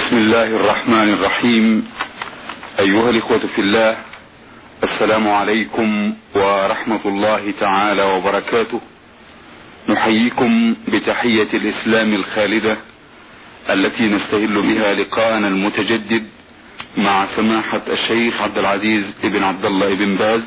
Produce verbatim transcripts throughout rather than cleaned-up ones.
بسم الله الرحمن الرحيم. أيها الإخوة في الله، السلام عليكم ورحمة الله تعالى وبركاته. نحييكم بتحية الإسلام الخالدة التي نستهل بها لقاءنا المتجدد مع سماحة الشيخ عبد العزيز بن عبد الله بن باز،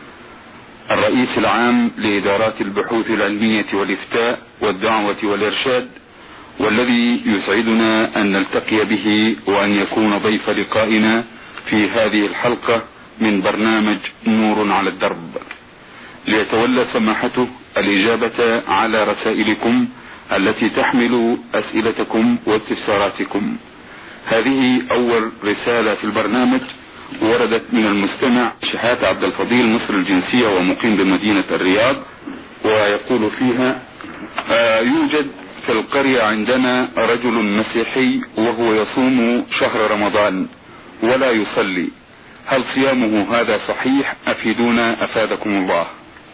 الرئيس العام لإدارات البحوث العلمية والإفتاء والدعوة والإرشاد، والذي يسعدنا أن نلتقي به وأن يكون ضيف لقائنا في هذه الحلقة من برنامج نور على الدرب، ليتولى سماحته الإجابة على رسائلكم التي تحمل أسئلتكم واستفساراتكم. هذه أول رسالة في البرنامج وردت من المستمع شحات عبد الفضيل، مصر الجنسية ومقيم بمدينة الرياض، ويقول فيها: آه يوجد في القرية عندنا رجل مسيحي وهو يصوم شهر رمضان ولا يصلي، هل صيامه هذا صحيح؟ أفيدونا أفادكم الله.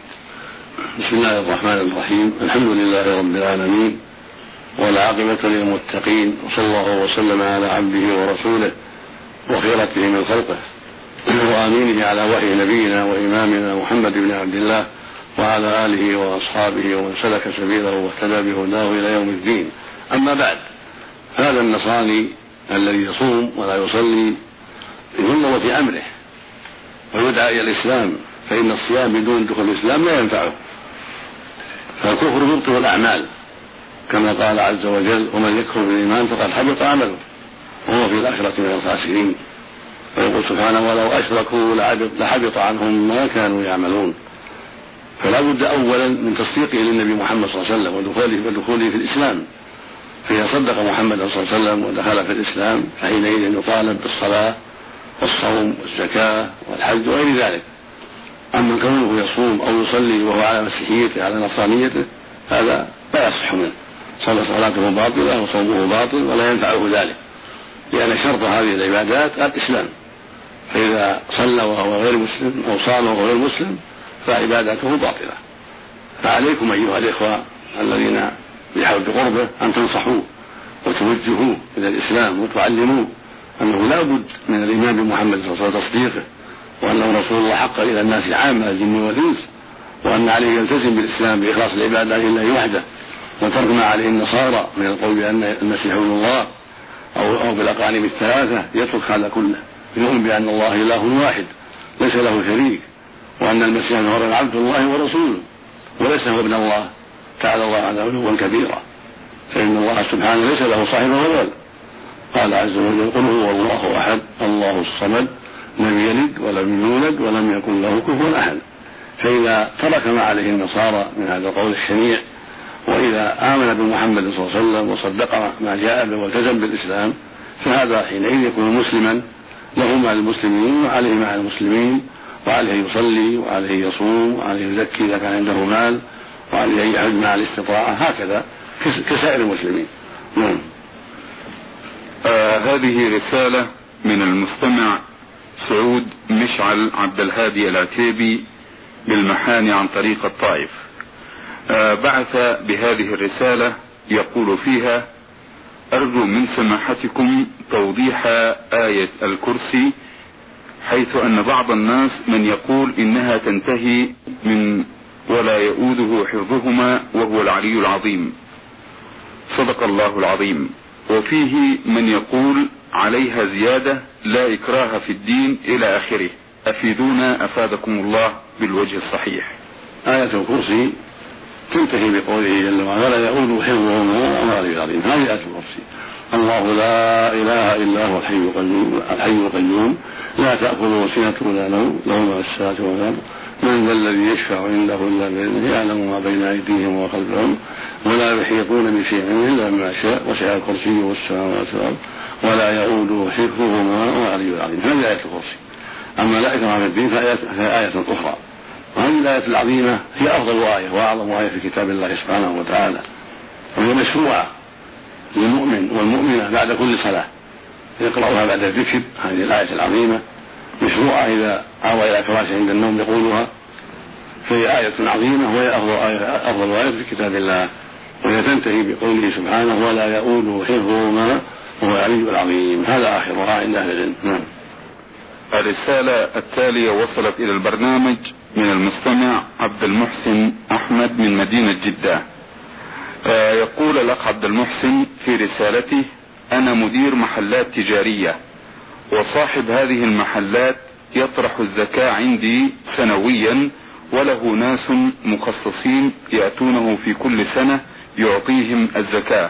بسم الله الرحمن الرحيم. الحمد لله رب العالمين، والعاقبة للمتقين، وصلى الله وسلم على عبده ورسوله وخيرته من خلقه وآمينه على وحي نبينا وإمامنا محمد بن عبد الله وعلى آله وأصحابه ومن سلك سبيله واهتدى بهداه إلى يوم الدين. أما بعد، هذا النصراني الذي يصوم ولا يصلي ينظر في أمره ويدعى إلى الإسلام، فإن الصيام بدون دخول الإسلام لا ينفعه، فالكفر يبطل الأعمال كما قال عز وجل: ومن يكفر بالإيمان فقد حبط عمله وهو في الآخرة من الخاسرين. ويقول سبحانه: ولو أشركوا لحبط عنهم ما كانوا يعملون. فلا بد أولا من تصديقه للنبي محمد صلى الله عليه وسلم ودخوله, ودخوله في الإسلام، فإذا صدق محمد صلى الله عليه وسلم ودخل في الإسلام فحينئذ يطالب بالصلاة والصوم والزكاة والحج وغير ذلك. أما كونه يصوم أو يصلي وهو على مسيحيته على نصرانيته هذا لا يصح منه، صلاته باطلة وصومه باطل ولا ينفعه ذلك، لأن شرط هذه العبادات الإسلام، فإذا صلى وهو غير مسلم أو صام وهو غير مسلم فعبادته باطلة. فعليكم أيها الإخوة الذين بحول قربه أن تنصحوه وتوجهوه إلى الإسلام وتعلموه أنه لا بد من الإيمان بمحمد صلى الله عليه وسلم وتصديقه، وأنه رسول الله حقا إلى الناس عامة الجن والإنس، وأن عليه يلتزم بالإسلام بإخلاص العبادة لله وحده، وترك ما عليه النصارى من القول بأن المسيح ابن الله أو, أو بالأقانيم الثلاثة، يترك هذا كله، يؤمن بأن الله إله واحد ليس له شريك، وأن المسيح هو عبد الله ورسوله وليس هو ابن الله، تعالى الله عنه علوا كبيرا، فإن الله سبحانه ليس له صاحب ولا ولد. قال عز وجل: قل هو الله أحد الله الصمد لم يلد ولم يولد ولم يكن له كفوا أحد. فإذا ترك ما عليه النصارى من هذا القول الشنيع، وإذا آمن بمحمد صلى الله عليه وسلم وصدق ما جاء به والتزم بالإسلام، فهذا حينئذ يكون مسلما له مع المسلمين وعليه مع المسلمين، وعليه يصلي وعليه يصوم وعليه يزكي إذا كان عنده مال، وعليه يحج مع الاستطاعة، هكذا كسائر المسلمين. نعم. آه هذه رسالة من المستمع سعود مشعل عبد الهادي العتيبي بالمحاني عن طريق الطائف. آه بعث بهذه الرسالة يقول فيها: أرجو من سماحتكم توضيح آية الكرسي، حيث أن بعض الناس من يقول إنها تنتهي من ولا يؤوده حفظهما وهو العلي العظيم، صدق الله العظيم، وفيه من يقول عليها زيادة لا إكراه في الدين إلى آخره، أفيدونا أفادكم الله بالوجه الصحيح. آية الكرسي تنتهي بقوله جل وعلا: لا يؤوده حفظهما وهو العلي العظيم. هذه آية الكرسي: الله لا إله إلا هو الحي القيوم الحي القيوم لا تأخذه سنة ولا نوم له ما في السماوات والأرض من ذا الذي يشفع عنده إلا بإذنه يعلم ما بين أيديهم وخلفهم ولا يحيطون بشيء إلا بما شاء وسع كرسيه السماوات والأرض ولا يؤوده حفظهما وهو العلي العظيم. هذه آية الكرسي. أما لا إكراه في الدين فهي آية أخرى، وهذه الآية العظيمة هي أفضل آية وأعظم آية في كتاب الله سبحانه وتعالى، وهي مشروعة للمؤمن والمؤمنة بعد كل صلاة يقرأها بعد الذكر. هذه الآية العظيمة مشروعة إذا عوى إلى فراشه عند النوم يقولها، فهي آية عظيمة وهي أفضل آية, أفضل آية في كتاب الله، وهي تنتهي بقوله سبحانه: ولا يؤوده حفظهما وهو العلي العظيم. هذا آخرها عند أهل العلم. نعم. الرسالة التالية وصلت إلى البرنامج من المستمع عبد المحسن أحمد من مدينة جدة. يقول الأخ عبد المحسن في رسالته: أنا مدير محلات تجارية، وصاحب هذه المحلات يطرح الزكاة عندي سنويا، وله ناس مخصصين يأتونه في كل سنة يعطيهم الزكاة،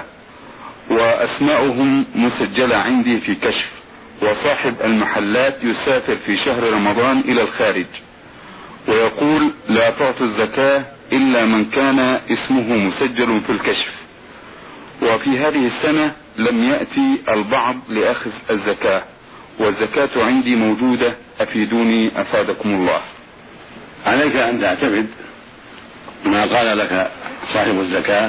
وأسماؤهم مسجلة عندي في كشف. وصاحب المحلات يسافر في شهر رمضان إلى الخارج ويقول: لا تعطوا الزكاة إلا من كان اسمه مسجل في الكشف، وفي هذه السنة لم يأتي البعض لأخذ الزكاة، والزكاة عندي موجودة، أفيدوني أفادكم الله. عليك أن تعتمد ما قال لك صاحب الزكاة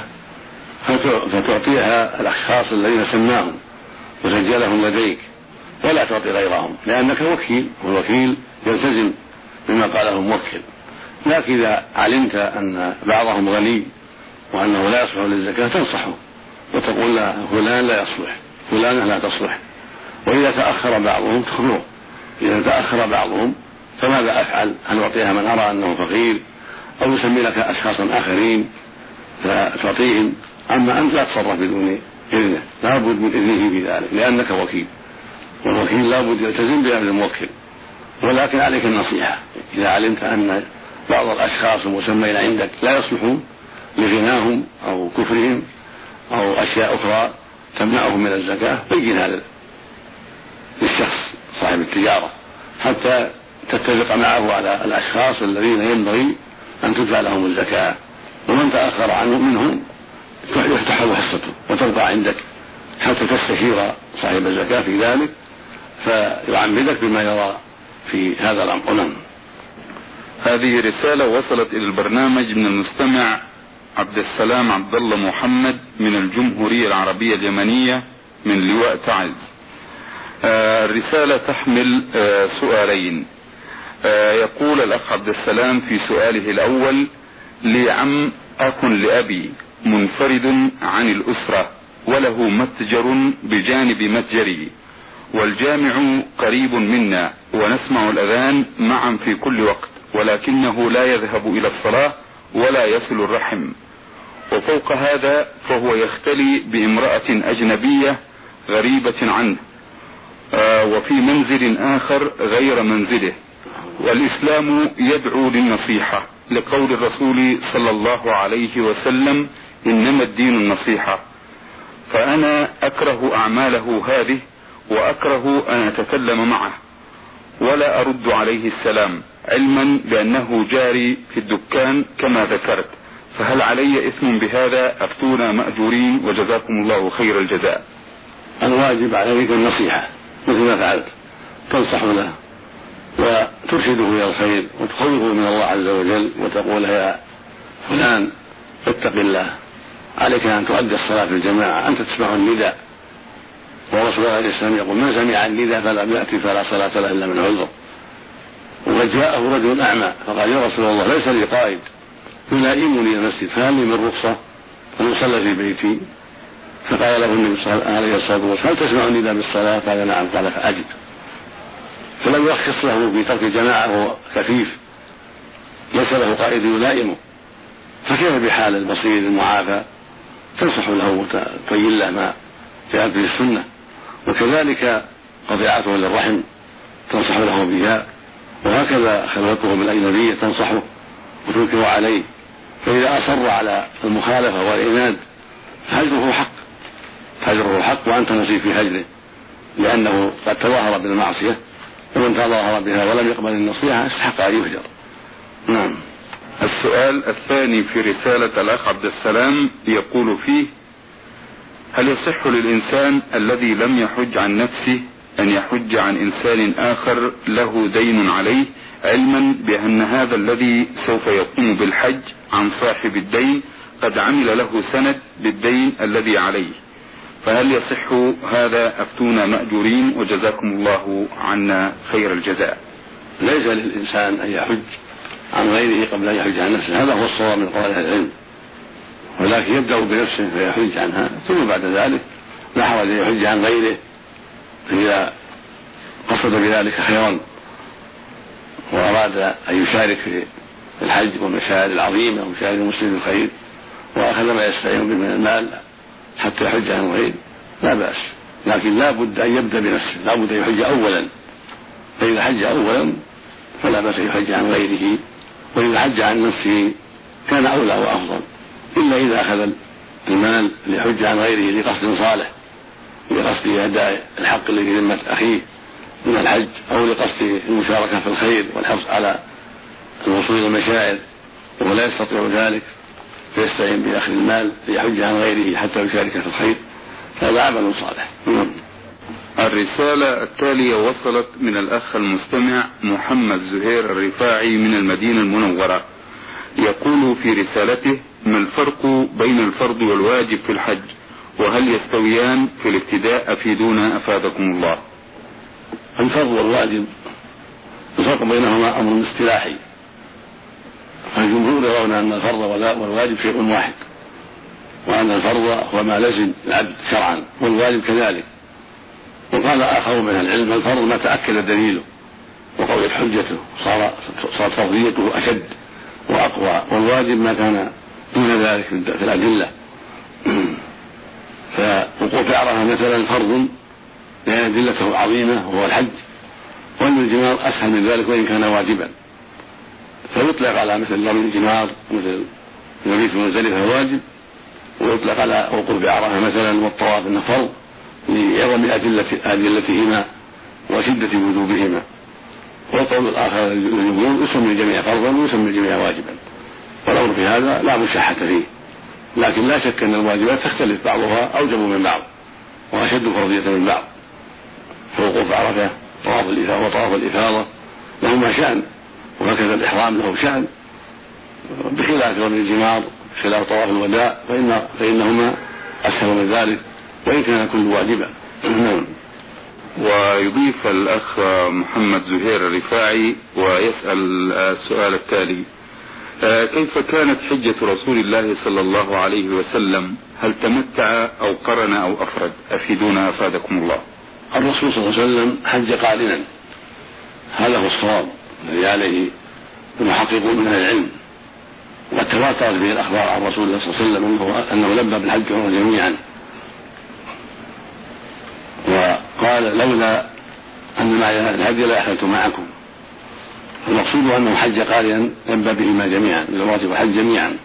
فتعطيها الأشخاص الذين سماهم وسجلهم لديك، ولا تعطي غيرهم، لأنك وكيل، والوكيل يلتزم بما قاله الموكل. لكن إذا علمت أن بعضهم غني وأنه لا يصلح للزكاة تنصحه وتقول له فلان لا يصلح، فلانة لا تصلح. وإذا تأخر بعضهم تخبره، إذا تأخر بعضهم فماذا أفعل؟ هل أعطيها من أرى أنه فقير، أو يسمي لك أشخاصا آخرين فتعطيهم؟ أما أنت لا تصرف بدون إذنه، لا بد من إذنه في ذلك، لأنك وكيل، والوكيل لا بد يلتزم بأمر الموكل. ولكن عليك النصيحة إذا علمت أن بعض الأشخاص المسمين عندك لا يصلحون لغناهم أو كفرهم أو أشياء أخرى تمنعهم من الزكاة، بين هذا للشخص صاحب التجارة حتى تتفق معه على الأشخاص الذين ينبغي أن تدفع لهم الزكاة، ومن تأخر عنه منهم يفتح حصته وتبقى عندك حتى تستشير صاحب الزكاة في ذلك فيعمدك بما يرى في هذا الأمر. هذه رسالة وصلت إلى البرنامج من المستمع عبد السلام عبد الله محمد من الجمهورية العربية اليمنية من لواء تعز. آه الرسالة تحمل آه سؤالين. آه يقول الأخ عبد السلام في سؤاله الأول: لي عم أخ لأبي منفرد عن الأسرة، وله متجر بجانب متجري، والجامع قريب منا، ونسمع الأذان معا في كل وقت، ولكنه لا يذهب إلى الصلاة ولا يصل الرحم. وفوق هذا فهو يختلي بامرأة أجنبية غريبة عنه، آه وفي منزل آخر غير منزله. والإسلام يدعو للنصيحة لقول الرسول صلى الله عليه وسلم: إنما الدين النصيحة. فأنا أكره أعماله هذه، وأكره أن أتكلم معه ولا أرد عليه السلام، علما بأنه جاري في الدكان كما ذكرت. فهل علي إثم بهذا؟ أفتونا مأجورين وجزاكم الله خير الجزاء. الواجب عليك النصيحة مثل ما فعلت، تنصح له وترشده إلى الخير وتخوفه من الله عز وجل، وتقول: يا فلان اتق الله، عليك أن تؤدي الصلاة في الجماعة، أنت تسمع النداء، ورسول الله عليه السلام يقول: من سمع النداء فلم يأتي فلا صلاة له إلا من عذر. وقد جاءه رجل أعمى فقال: يا رسول الله ليس لي قائد يلائمني المسجد، فهل لي من رخصة أن أصلي في بيتي؟ فقال له النبي عليه الصلاة والسلام: هل تسمع النداء بالصلاة؟ قال: نعم. قال: فأجب. فلم يرخص له في ترك الجماعة وهو كفيف ليس له قائد يلائمه، فكيف بحال البصير المعافى؟ تنصح له وتبين له ما جاءت به السنة. وكذلك قطيعته للرحم تنصح له بها، وهكذا خلوته بالأجنبية تنصحه وتنكر عليه. فإذا أصر على المخالفة والعناد فهجره حق، هجره حق وأنت مصيب في هجره، لأنه قد تظاهر بالمعصية، ومن تظاهر بها ولم يقبل النصيحة استحق أن يهجر. نعم. السؤال الثاني في رسالة الأخ عبد السلام يقول فيه: هل يصح للإنسان الذي لم يحج عن نفسه أن يحج عن إنسان آخر له دين عليه، علما بأن هذا الذي سوف يقوم بالحج عن صاحب الدين قد عمل له سند بالدين الذي عليه؟ فهل يصح هذا؟ أفتونا مأجورين وجزاكم الله عنا خير الجزاء. ليس للإنسان أن يحج عن غيره قبل أن يحج عن نفسه، هذا هو الصواب من قول أهل العلم، ولكن يبدأ بنفسه فيحج عنها، ثم بعد ذلك لا حرج أن يحج عن غيره إذا قصد بذلك خيرا وأراد أن يشارك في الحج والمشاعر العظيمة ومشاعر المسلمين الخير وأخذ ما يستعين به من المال حتى يحج عن غيره لا بأس، لكن لا بد أن يبدأ بنفسه، لا بد أن يحج أولا، فإذا حج أولا فلا بأس أن يحج عن غيره، وإذا حج عن نفسه كان أولى وأفضل، إلا إذا أخذ المال ليحج عن غيره لقصد صالح، لقصد أداء الحق الذي في ذمة أخيه من الحج، أو لقصد المشاركة في الخير والحرص على الوصول إلى المشاعر وهو لا يستطيع ذلك فيستعين بأخذ المال ليحج عن غيره حتى يشارك في الخير، فهذا عمل صالح. الرسالة التالية وصلت من الأخ المستمع محمد زهير الرفاعي من المدينة المنورة، يقول في رسالته: ما الفرق بين الفرض والواجب في الحج، وهل يستويان في الابتداء؟ أفيدونا أفادكم الله. الفرض والواجب الفرق بينهما أمر اصطلاحي، فالجمهور يرون أن الفرض والواجب شيء واحد، وأن الفرض هو ما لزم العبد شرعا والواجب كذلك. وقال آخر من العلم: الفرض ما تأكد دليله وقويت حجته صار صارت فرضيته أشد وأقوى، والواجب ما كان دون ذلك في الأدلة. فوقوف عرفة مثلا فرض لأن أدلته عظيمة وهو الحج، وأن الجمار أسهل من ذلك وإن كان واجبا، فيطلق على مثل رمي الجمار مثل المبيت في مزدلفة واجب، ويطلق على وقوف بعرفة مثلا والطواف أنه فرض لعظم أدلتهما وشدة وجوبهما. والقول الآخر الجمهور يسمي الجميع فرضا ويسمي الجميع واجبا، والأمر في هذا لا مشاحة فيه، لكن لا شك أن الواجبات تختلف، بعضها أوجب من بعض وأشد فرضية من بعض، فوقوف عرفة طواف الإفاضة وطواف الإفاضة لهما شأن، وهكذا الإحرام له شأن، بخلاف رمي الجمار خلاف طواف الوداع فإن فإنهما أسهل من ذلك وإن كان كل واجبا. ويضيف الأخ محمد زهير الرفاعي ويسأل السؤال التالي: كيف كانت حجة رسول الله صلى الله عليه وسلم؟ هل تمتع أو قرن أو أفرد؟ أفيدونا أفادكم الله. الرسول صلى الله عليه وسلم حج قارنا، هذا هو الصواب الذي عليه المحققون من العلم، وقد تواترت به الأخبار عن رسول الله صلى الله عليه وسلم أنه لبى بالحج جميعا، وقال: لولا أن معي الهدي لأحللت معكم. المقصود أنه حج قارنا لبى بهما جميعا، الواجب والحج جميعا،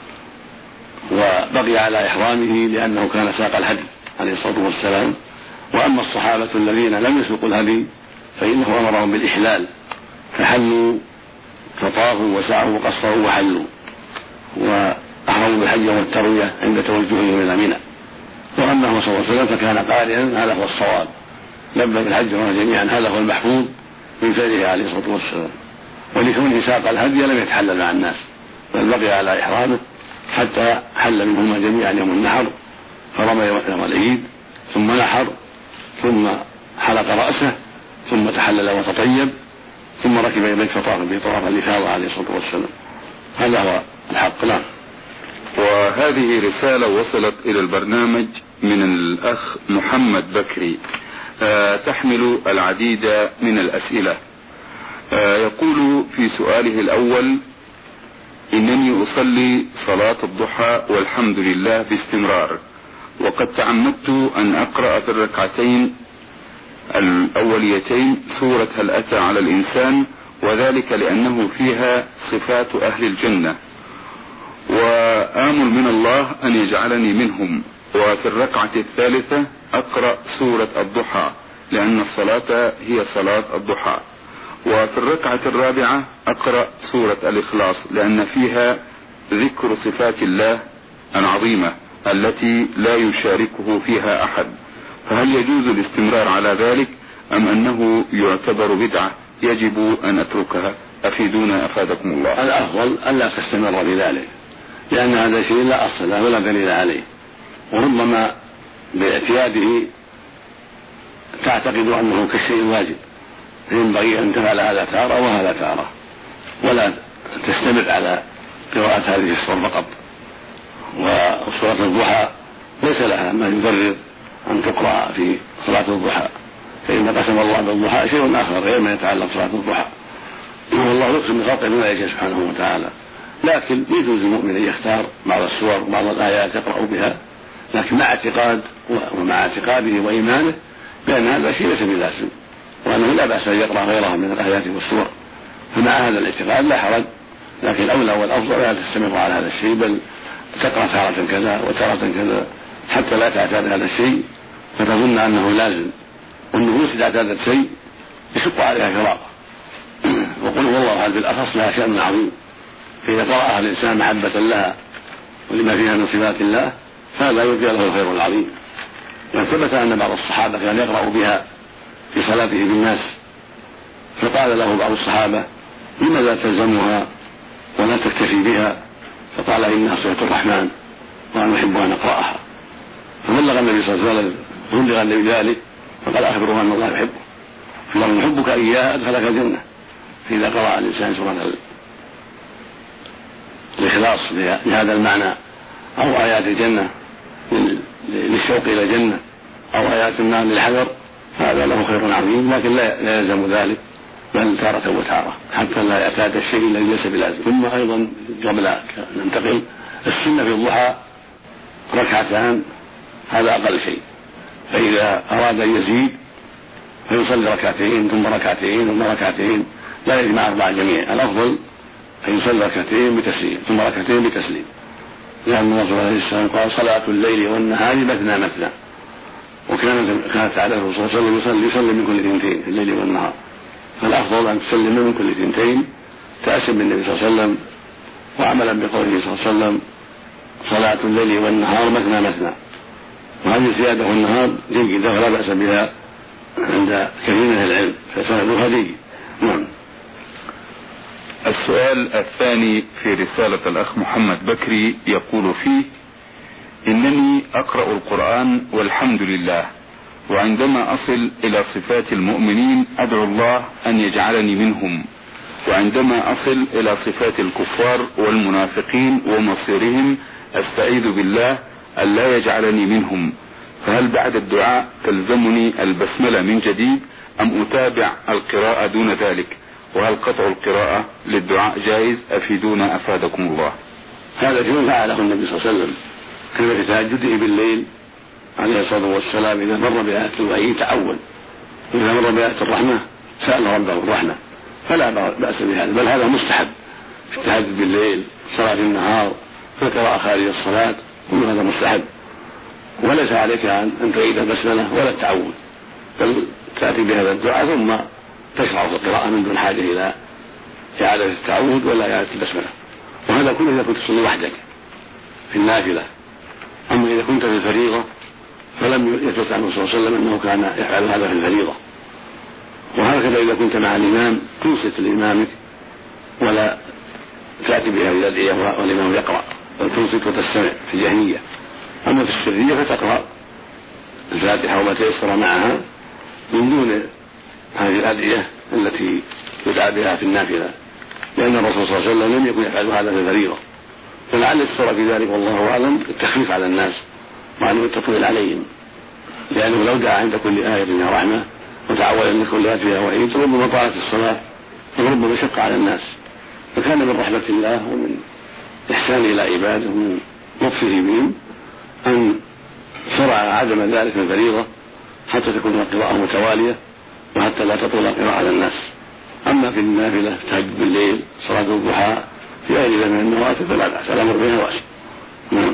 وبقي على إحرامه لأنه كان ساق الهدي عليه الصلاة والسلام. وأما الصحابة الذين لم يسوقوا الهدي فإنه أمرهم بالإحلال، فحلوا فطافوا وسعوا وقصروا وحلوا، وأحرموا بالحج والتروية عند توجههم إلى منى. وأنه صلى الله عليه وسلم فكان قارنا، هذا هو الصواب، لبى بالحج جميعا، هذا هو المحفوظ من فعله عليه الصلاة والسلام. ولكونه ساق الهدي لم يتحلل مع الناس، بل بقي على إحرامه حتى حل منهما جميعا يوم النحر، فرمى يوم العيد ثم نحر ثم حلق رأسه ثم تحلل وتطيب ثم ركب البيت فطاف به طواف الإفاضة عليه الصلاة والسلام. هذا هو الحق. لا. وهذه رسالة وصلت إلى البرنامج من الأخ محمد بكري، أه تحمل العديد من الأسئلة. أه يقول في سؤاله الأول: إنني أصلي صلاة الضحى والحمد لله باستمرار، وقد تعمدت أن أقرأ في الركعتين الأوليتين سورة هل أتى على الإنسان، وذلك لأنه فيها صفات أهل الجنة، وآمل من الله أن يجعلني منهم. وفي الركعة الثالثة أقرأ سورة الضحى لأن الصلاة هي صلاة الضحى. وفي الركعة الرابعة أقرأ سورة الإخلاص لأن فيها ذكر صفات الله العظيمة التي لا يشاركه فيها أحد. فهل يجوز الاستمرار على ذلك أم أنه يعتبر بدعة يجب أن أتركها؟ أفيدونا أفادكم الله. الأفضل أن لا تستمر بذلك، لأن هذا شيء لا أصل له ولا دليل عليه، وربما باعتياده تعتقد أنه كالشيء الواجب، فينبغي أن تفعل هذا تارة وهذا تارة، ولا تستمر على قراءة هذه السور فقط. وصورة الضحى ليس لها ما يبرر أن تقرأ في صلاة الضحى، فإن قسم الله بالضحى شيء آخر غير ما يتعلق صلاة الضحى، والله يقسم بخلقه بما يشاء سبحانه وتعالى. لكن يجوز المؤمن أن يختار بعض السور بعض الآيات يقرأ بها، لكن مع اعتقاد ومع اعتقاده وإيمانه بأن هذا شيء ليس بلازم، وأنه لا بأس أن يقرأ غيرها من الآيات والسور، فمع هذا الاعتقاد لا حرج. لكن الأولى والأفضل لا تستمر على هذا الشيء، بل تقرأ تارة كذا وتارة كذا حتى لا تعتاد هذا الشيء فتظن أنه لازم، والنفوس إذا اعتادت شيء يشق عليها فراغه. وقل والله هذا بالأخص لها شأن عظيم، فإذا قرأها الإنسان محبة لها ولما فيها من صفات الله فهذا يرجى له الخير العظيم. وثبت أن بعض الصحابة كان يقرأ بها في صلاته بالناس، فقال له بعض الصحابة لماذا تلزمها ولا تكتفي بها؟ فقال إنها صفة الرحمن وأنا أحب أن أقرأها، فبلغ النبي صلى الله عليه وسلم بلغ النبي ذلك فقال أخبره أن الله يحبه، فلما يحبك إياه أدخلك الجنة. فإذا قرأ الإنسان سورة الإخلاص لهذا المعنى أو آيات الجنة للشوق إلى الجنة أو آيات النار للحذر فهذا له خير عظيم، لكن لا يلزم ذلك، بل تارة وتارة حتى لا يعتاد الشيء الذي ليس بلازم. ثم أيضا قبل أن ننتقل، السنة في الضحى ركعتان، هذا أقل شيء، فإذا أراد أن يزيد فيصلي ركعتين ثم ركعتين ثم ركعتين، لا يجمع أربعة جميع. الأفضل أن يصلي ركعتين بتسليم ثم ركعتين بتسليم، لأن الرسول عليه السلام قال صلاة الليل والنهار مثنى مثنى، وكانت كانت عادته صلى الله عليه وسلم يصلي يصلي من كل اثنتين في الليل والنهار، فالأفضل أن تسلم من كل اثنتين تأسم بالنبي صلى الله عليه وسلم وعملا بقوله صلى الله عليه وسلم صلاة الليل والنهار مثنى مثنى. وهذه الزيادة والنهار جيدة ولا بأس بها عند كثير من العلم، فسندها جيد. نعم. السؤال الثاني في رسالة الأخ محمد بكري يقول فيه: إنني أقرأ القرآن والحمد لله، وعندما أصل إلى صفات المؤمنين أدعو الله أن يجعلني منهم، وعندما أصل إلى صفات الكفار والمنافقين ومصيرهم أستعيذ بالله أن لا يجعلني منهم، فهل بعد الدعاء تلزمني البسملة من جديد أم أتابع القراءة دون ذلك؟ وهل قطع القراءة للدعاء جائز؟ أفيدونا أفادكم الله. هذا شيء فعله النبي صلى الله عليه وسلم، كان في تهجده بالليل عليه الصلاة والسلام إذا مر بآية الوحي تعود، وإذا مر بآية الرحمة سأل ربه الرحمة، فلا بأس بهذا، بل هذا مستحب في التهجد بالليل، صلاة النهار، فالقراءة خارج الصلاة، كل هذا مستحب، وليس عليك أن تعيد البسملة ولا التعود، بل تأتي بهذا الدعاء ثم تشرع في القراءة من دون حاجة إلى إعادة التعود ولا إعادة البسملة. وهذا كله إذا كنت تصلي وحدك في النافلة. أما إذا كنت في الفريضة فلم يثبت عنه صلى الله عليه وسلم أنه كان يفعل هذا في الفريضة. وهكذا إذا كنت مع الإمام تنصت لإمامك ولا تأتي بها إلى الإيه والإمام يقرأ، بل تنصت وتستمع في الجهرية. أما في السرية فتقرأ الفاتحة وما تيسر معها من دون هذه الأدعية التي يدعى بها في النافلة، لأن الرسول صلى الله عليه وسلم لم يكن يفعل هذا في الفريضة، فلعل السر في ذلك والله أعلم التخفيف على الناس وعدم التطويل عليهم، لأنه لو دعا عند كل آية فيها رحمة وتعود أن كل آية فيها وعيد ربما طالت الصلاة وربما شق على الناس. فكان من رحمة الله ومن إحسانه إلى عباده ومن لطفه بهم أن شرع عدم ذلك في الفريضة حتى تكون القراءة متوالية وحتى لا تطول القراءة على الناس. أما في النافلة تهجد بالليل، صلاة الضحى، في غير من النوافل فلا بأس، الأمر بها واسع. نعم.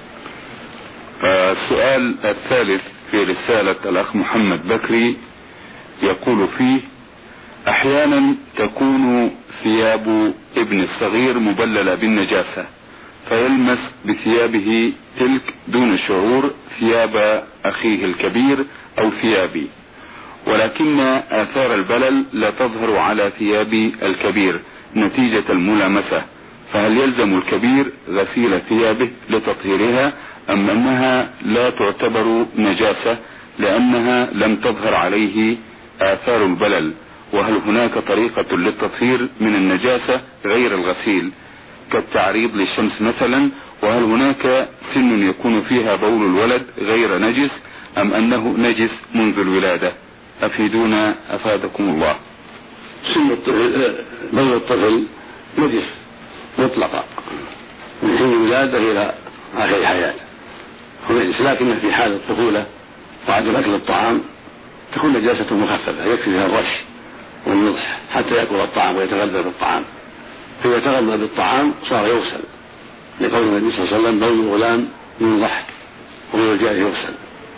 السؤال الثالث في رسالة الأخ محمد بكري يقول فيه: أحيانا تكون ثياب ابن الصغير مبللة بالنجاسة فيلمس بثيابه تلك دون شعور ثياب أخيه الكبير أو ثيابي، ولكن آثار البلل لا تظهر على ثياب الكبير نتيجة الملامسة، فهل يلزم الكبير غسيل ثيابه لتطهيرها أم أنها لا تعتبر نجاسة لأنها لم تظهر عليه آثار البلل؟ وهل هناك طريقة للتطهير من النجاسة غير الغسيل كالتعريض للشمس مثلا؟ وهل هناك سن يكون فيها بول الولد غير نجس أم أنه نجس منذ الولادة؟ أفيدونا أفادكم الله. سن الطفل بول الطفل نجس مطلقا من حين الولادة إلى آخر حياته هو نجس، لكن في حال الطفولة وعدم أكل الطعام تكون نجاسة مخففة يكفي فيها الرش والنضح حتى يأكل الطعام ويتغذى بالطعام، فإذا تغذى بالطعام صار يغسل لقول النبي صلى الله عليه وسلم بول الغلام ينضح وبول الجارية يغسل.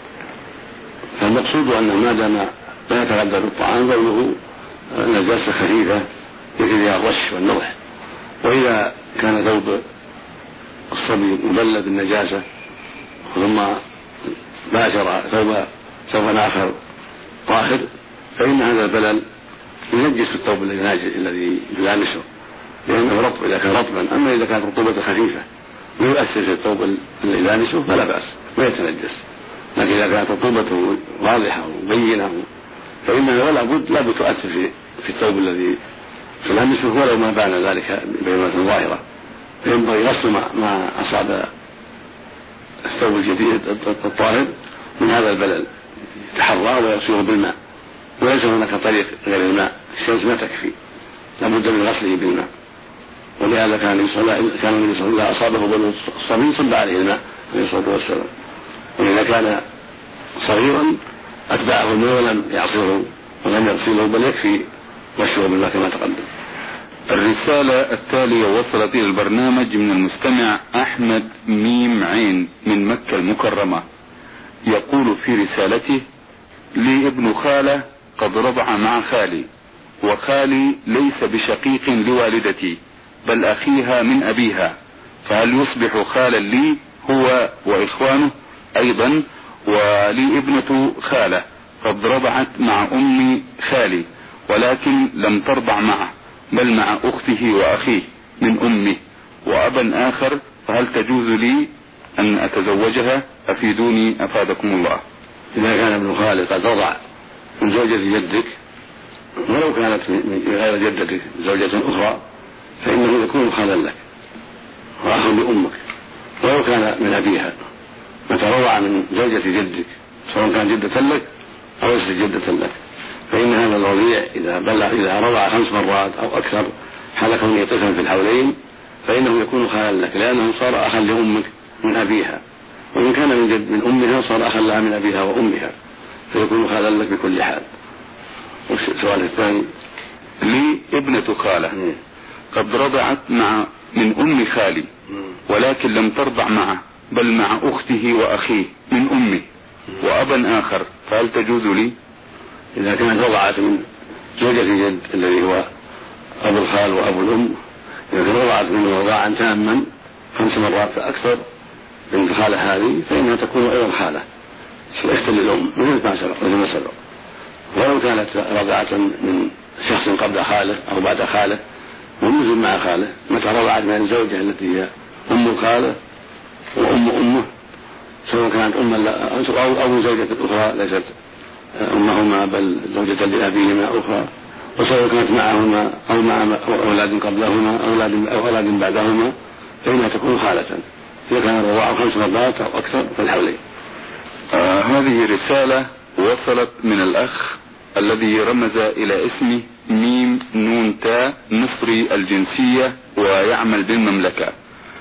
فالمقصود أنه ما دام لا يتغذى بالطعام بوله نجاسة خفيفة يكفي فيها الرش والنضح. وإذا كان ثوب الصبي مبلل بالنجاسة ثم باشر ثوب ثوبا آخر طاهر فإن هذا البلل ينجس الثوب الذي يلامسه لأنه رطب إذا كان رطبا. أما إذا كانت رطوبة خفيفة ويؤثر في الثوب الذي يلامسه فلا بأس ما يتنجس، لكن إذا كانت رطوبته واضحة وبينة فإنها ولا بد لا بد تؤثر في, في الثوب الذي يلامسه ولو ما بان ذلك بينة ظاهرة، فينبغي غسل ما أصاب الثوب الجديد الطاهر من هذا البلل يتحرى ويغسله بالماء، وليس هناك طريق غير الماء، الشمس ما تكفي لابد من غسله بالماء. ولهذا كان النبي صلى الله عليه وسلم إذا أصابه بول الصبي صب عليه الماء عليه الصلاة والسلام، وإذا كان صغيرا أتبعه الماء ولم يعصره ولم يغسله بل يكفي رشه بالماء كما تقدم. الرسالة التالية وصلت إلى البرنامج من المستمع أحمد ميم عين من مكة المكرمة، يقول في رسالته: لي ابن خالة قد رضع مع خالي، وخالي ليس بشقيق لوالدتي بل أخيها من أبيها، فهل يصبح خالا لي هو وإخوانه؟ أيضا ولي ابنة خالة قد رضعت مع أم خالي ولكن لم ترضع معه بل مع أخته وأخيه من أمه وأبا آخر، فهل تجوز لي أن أتزوجها؟ أفيدوني أفادكم الله. إذا كان ابن خالد قد رضع من زوجة جدك ولو كانت من غير جدتك زوجة أخرى فإنه يكون خالا لك وأخ لأمك، ولو كان من أبيها. متى رضع من زوجة جدك سواء كان جدة لك أو ليست جدة لك فإن هذا الرضيع إذا بلغ إذا رضع خمس مرات أو أكثر حال كونه طفلا في الحولين فإنه يكون خالا لك، لأنه صار أخا لأمك من أبيها، وإن كان من جد من أمها صار أخا لها من أبيها وأمها فيكون خالا لك بكل حال. والسؤال الثاني: لي ابنة خالة قد رضعت مع من أم خالي ولكن لم ترضع معه بل مع أخته وأخيه من أمه وأبا آخر، فهل تجوز لي؟ إذا كانت رضعت من زوجة جد الذي هو أبو الخال وأبو الأم، إذا كانت رضعت منه رضاعا تاما خمس مرات فأكثر بنت الخالة هذه فإنها تكون أيضا خالة أخت للأم مثل ما سبق مثل ما سبق. ولو كانت رضعت من شخص قبل خاله أو بعد خاله ومثل مع خاله، متى رضعت من الزوجة التي هي أم الخالة وأم أمه سواء كانت أما أو أو زوجة أخرى ليست أمهما بل زوجة لأبيهما أخرى، وسواء كانت معهما أو مع أولاد قبلهما أو أولاد أو أولاد بعدهما فإنها تكون خالة إذا كان الرضاع خمس مرات أو أكثر فالحولين. آه هذه رسالة وصلت من الأخ الذي رمز إلى اسمه ميم نون تاء مصري الجنسية ويعمل بالمملكة،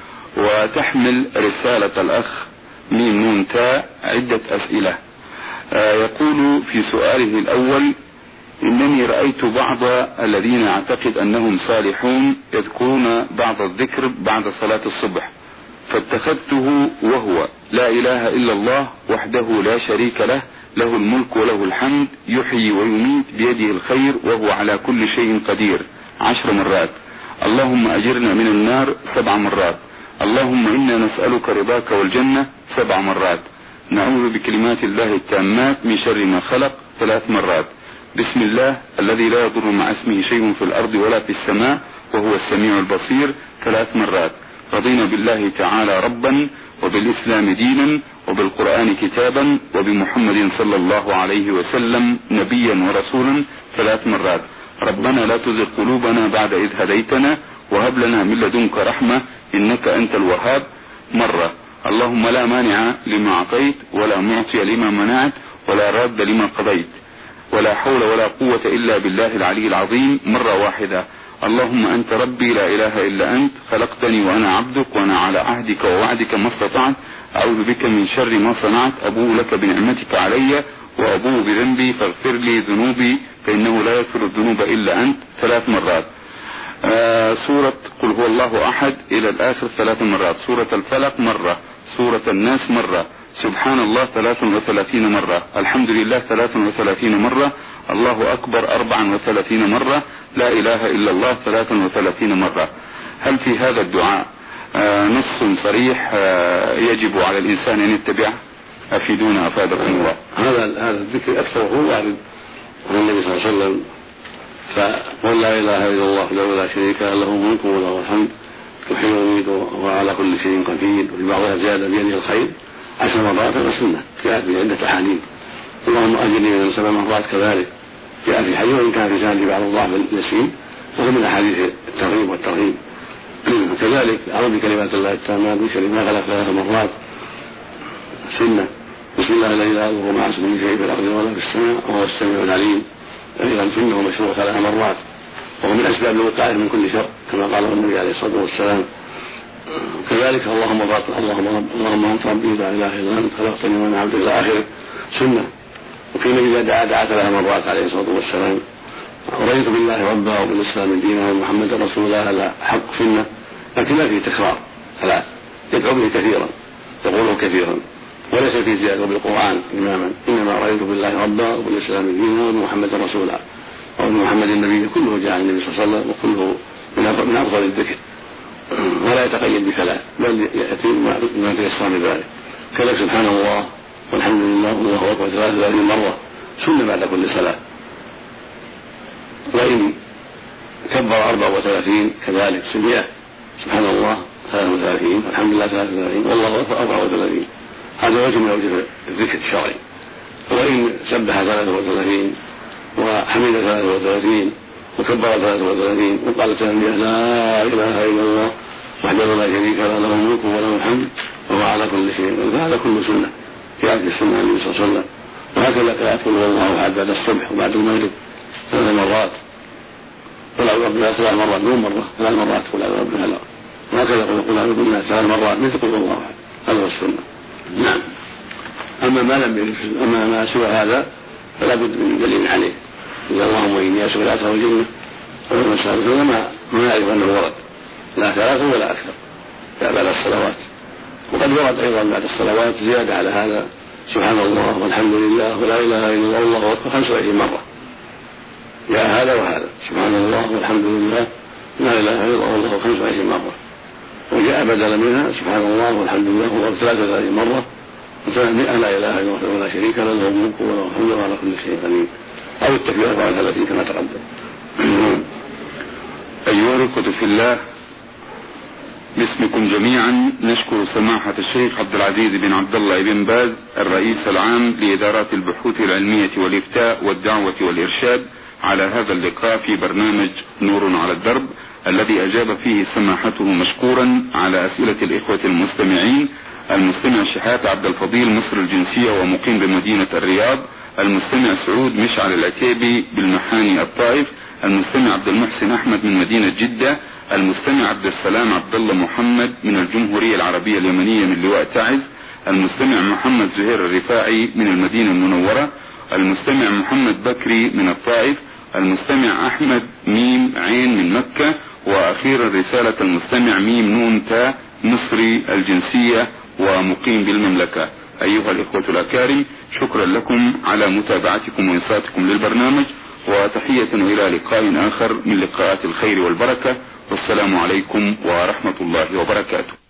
وتحمل رسالة الأخ ميم نون تاء عدة أسئلة. آه يقول في سؤاله الأول: إنني رأيت بعض الذين أعتقد أنهم صالحون يذكرون بعض الذكر بعد صلاة الصبح فاتخذته وهو: لا إله إلا الله وحده لا شريك له له الملك وله الحمد يحيي ويميت بيده الخير وهو على كل شيء قدير عشر مرات، اللهم أجرنا من النار سبع مرات، اللهم إنا نسألك رضاك والجنة سبع مرات، نعوذ بكلمات الله التامات من شر ما خلق ثلاث مرات، بسم الله الذي لا يضر مع اسمه شيء في الأرض ولا في السماء وهو السميع البصير ثلاث مرات، رضينا بالله تعالى ربا وبالإسلام دينا وبالقرآن كتابا وبمحمد صلى الله عليه وسلم نبيا ورسولا ثلاث مرات، ربنا لا تزغ قلوبنا بعد إذ هديتنا وهب لنا من لدنك رحمة إنك أنت الوهاب مرة، اللهم لا مانع لما أعطيت ولا معطي لما منعت ولا راد لما قضيت ولا حول ولا قوة إلا بالله العلي العظيم مرة واحدة. اللهم أنت ربي لا إله إلا أنت، خلقتني وأنا عبدك وأنا على عهدك ووعدك ما استطعت، أعوذ بك من شر ما صنعت، أبوء لك بنعمتك علي وأبوء بذنبي فاغفر لي ذنوبي فإنه لا يغفر الذنوب إلا أنت ثلاث مرات. آه سورة قل هو الله أحد إلى الآخر ثلاث مرات، سورة الفلق مرة، سورة الناس مرة، سبحان الله ثلاث وثلاثين مرة، الحمد لله ثلاث وثلاثين مرة، الله أكبر أربع وثلاثين مرة، لا إله إلا الله ثلاث وثلاثين مرة. هل في هذا الدعاء آه نص صريح آه يجب على الإنسان أن يتبعه؟ أفيدونا أفادكم الله. هذا هذا الذكر أكثر هو وارد عن النبي صلى الله عليه وسلم، فقل لا إله إلا الله وحده لا شريك له، له الملك وله الحمد يحيي ويميت وهو على كل شيء قدير، وفي بعضها زيادة بيده الخير عشر مرات وسنة، جاءت بعدة أحاديث. اللهم أجرني من سبع مرات كذلك، جاء في حديث وإن كان في سند بعض الضعف اليسير، وهو من أحاديث الترغيب والترهيب. كذلك أعوذ بكلمات الله التامات من شر ما خلق ثلاث مرات سنة. بسم الله لا إله إلا هو مع اسمه شيء في الأرض ولا في السماء وهو السميع العليم، أيضا سنة ومشروع ثلاث مرات، وهو من أسباب الوقاية من كل شر كما قال النبي عليه الصلاة والسلام. كذلك اللهم باطل اللهم رب اللهم أنت ربي لا إله إلا أنت خلقتني وأنا عبدك إلى آخره سنة. وكان إذا دعا دعا ثلاث مرات عليه الصلاة والسلام. رضيت بالله ربا وبالإسلام دينا ومحمد رسول الله هذا حق سنة، لكن ما فيه تكرار ثلاث، يدعو به كثيرا يقوله كثيرا، وليس في زيادة بالقرآن إماما، إنما رضيت بالله ربا وبالإسلام دينا ومحمد رسول الله ومحمد النبي، كله جاء عن النبي صلى الله عليه وسلم وكله من أفضل الذكر، ولا يتقيد بثلاث بل يأتي ما تيسر بذلك. كذلك سبحان الله والحمد لله والله أكبر ثلاث وثلاثين مرة سنة بعد كل صلاة. وإن كبر أربع وثلاثين كذلك سمية، سبحان الله ثلاث وثلاثين والحمد لله ثلاث وثلاثين والله أكبر أربع وثلاثين، هذا وجه من أوجه الذكر الشرعي. وإن سبح ثلاث وثلاثين وحمد ثلاث وثلاثين وكبر ثلاث وثلاثين وقال تسمية لا إله إلا الله وحده لا شريك له له الملك وله الحمد وهو على كل شيء قدير، فهذا كل سنة جاءت السنة النبي صلى الله عليه وسلم. وهكذا قراءة قل هو الله أحد بعد الصبح وبعد المغرب ثلاث مرات، قل أعوذ بربنا ثلاث مرات دون مرة ثلاث مرات قل أعوذ بربنا لا، وهكذا قل أعوذ بربنا ثلاث مرات مثل قل هو الله أحد، هذا هو السنة. نعم. أما ما لم أما ما سوى هذا فلا بد من دليل عليه، إذا اللهم إني أسأل العصر والجنة والمساء ما ما يعرف أنه ورد لا ثلاثة ولا أكثر لا بعد الصلوات. وقد ورد أيضا بعد الصلوات زيادة على هذا سبحان الله والحمد لله ولا إله إلا الله والله أكبر خمس وعشرين مرة، جاء هذا وهذا سبحان الله والحمد لله لا إله إلا الله والله خمس وعشرين مرة، وجاء بدلا منها سبحان الله والحمد لله والله ثلاثة وثلاثين مرة وثلاثمائة لا إله إلا الله ولا شريك له له الملك وله الحمد وهو على كل شيء قدير، أو التكبير أربعة وثلاثين كما تقدم. أيها الأخوة في الله، باسمكم جميعا نشكر سماحة الشيخ عبد العزيز بن عبد الله بن باز الرئيس العام لإدارات البحوث العلمية والإفتاء والدعوة والإرشاد على هذا اللقاء في برنامج نور على الدرب، الذي أجاب فيه سماحته مشكورا على أسئلة الإخوة المستمعين. المستمع شحات عبد الفضيل مصر الجنسية ومقيم بمدينة الرياض، المستمع سعود مشعل العتيبي بالمحاني الطائف، المستمع عبد المحسن أحمد من مدينة جدة، المستمع عبد السلام عبد الله محمد من الجمهورية العربية اليمنية من لواء تعز، المستمع محمد زهير الرفاعي من المدينة المنورة، المستمع محمد بكري من الطائف، المستمع أحمد ميم عين من مكة، وأخيرا رسالة المستمع ميم نون تا مصري الجنسية ومقيم بالمملكة. أيها الإخوة الأكارم، شكرا لكم على متابعتكم وإنصاتكم للبرنامج، وتحية إلى لقاء آخر من لقاءات الخير والبركة، والسلام عليكم ورحمة الله وبركاته.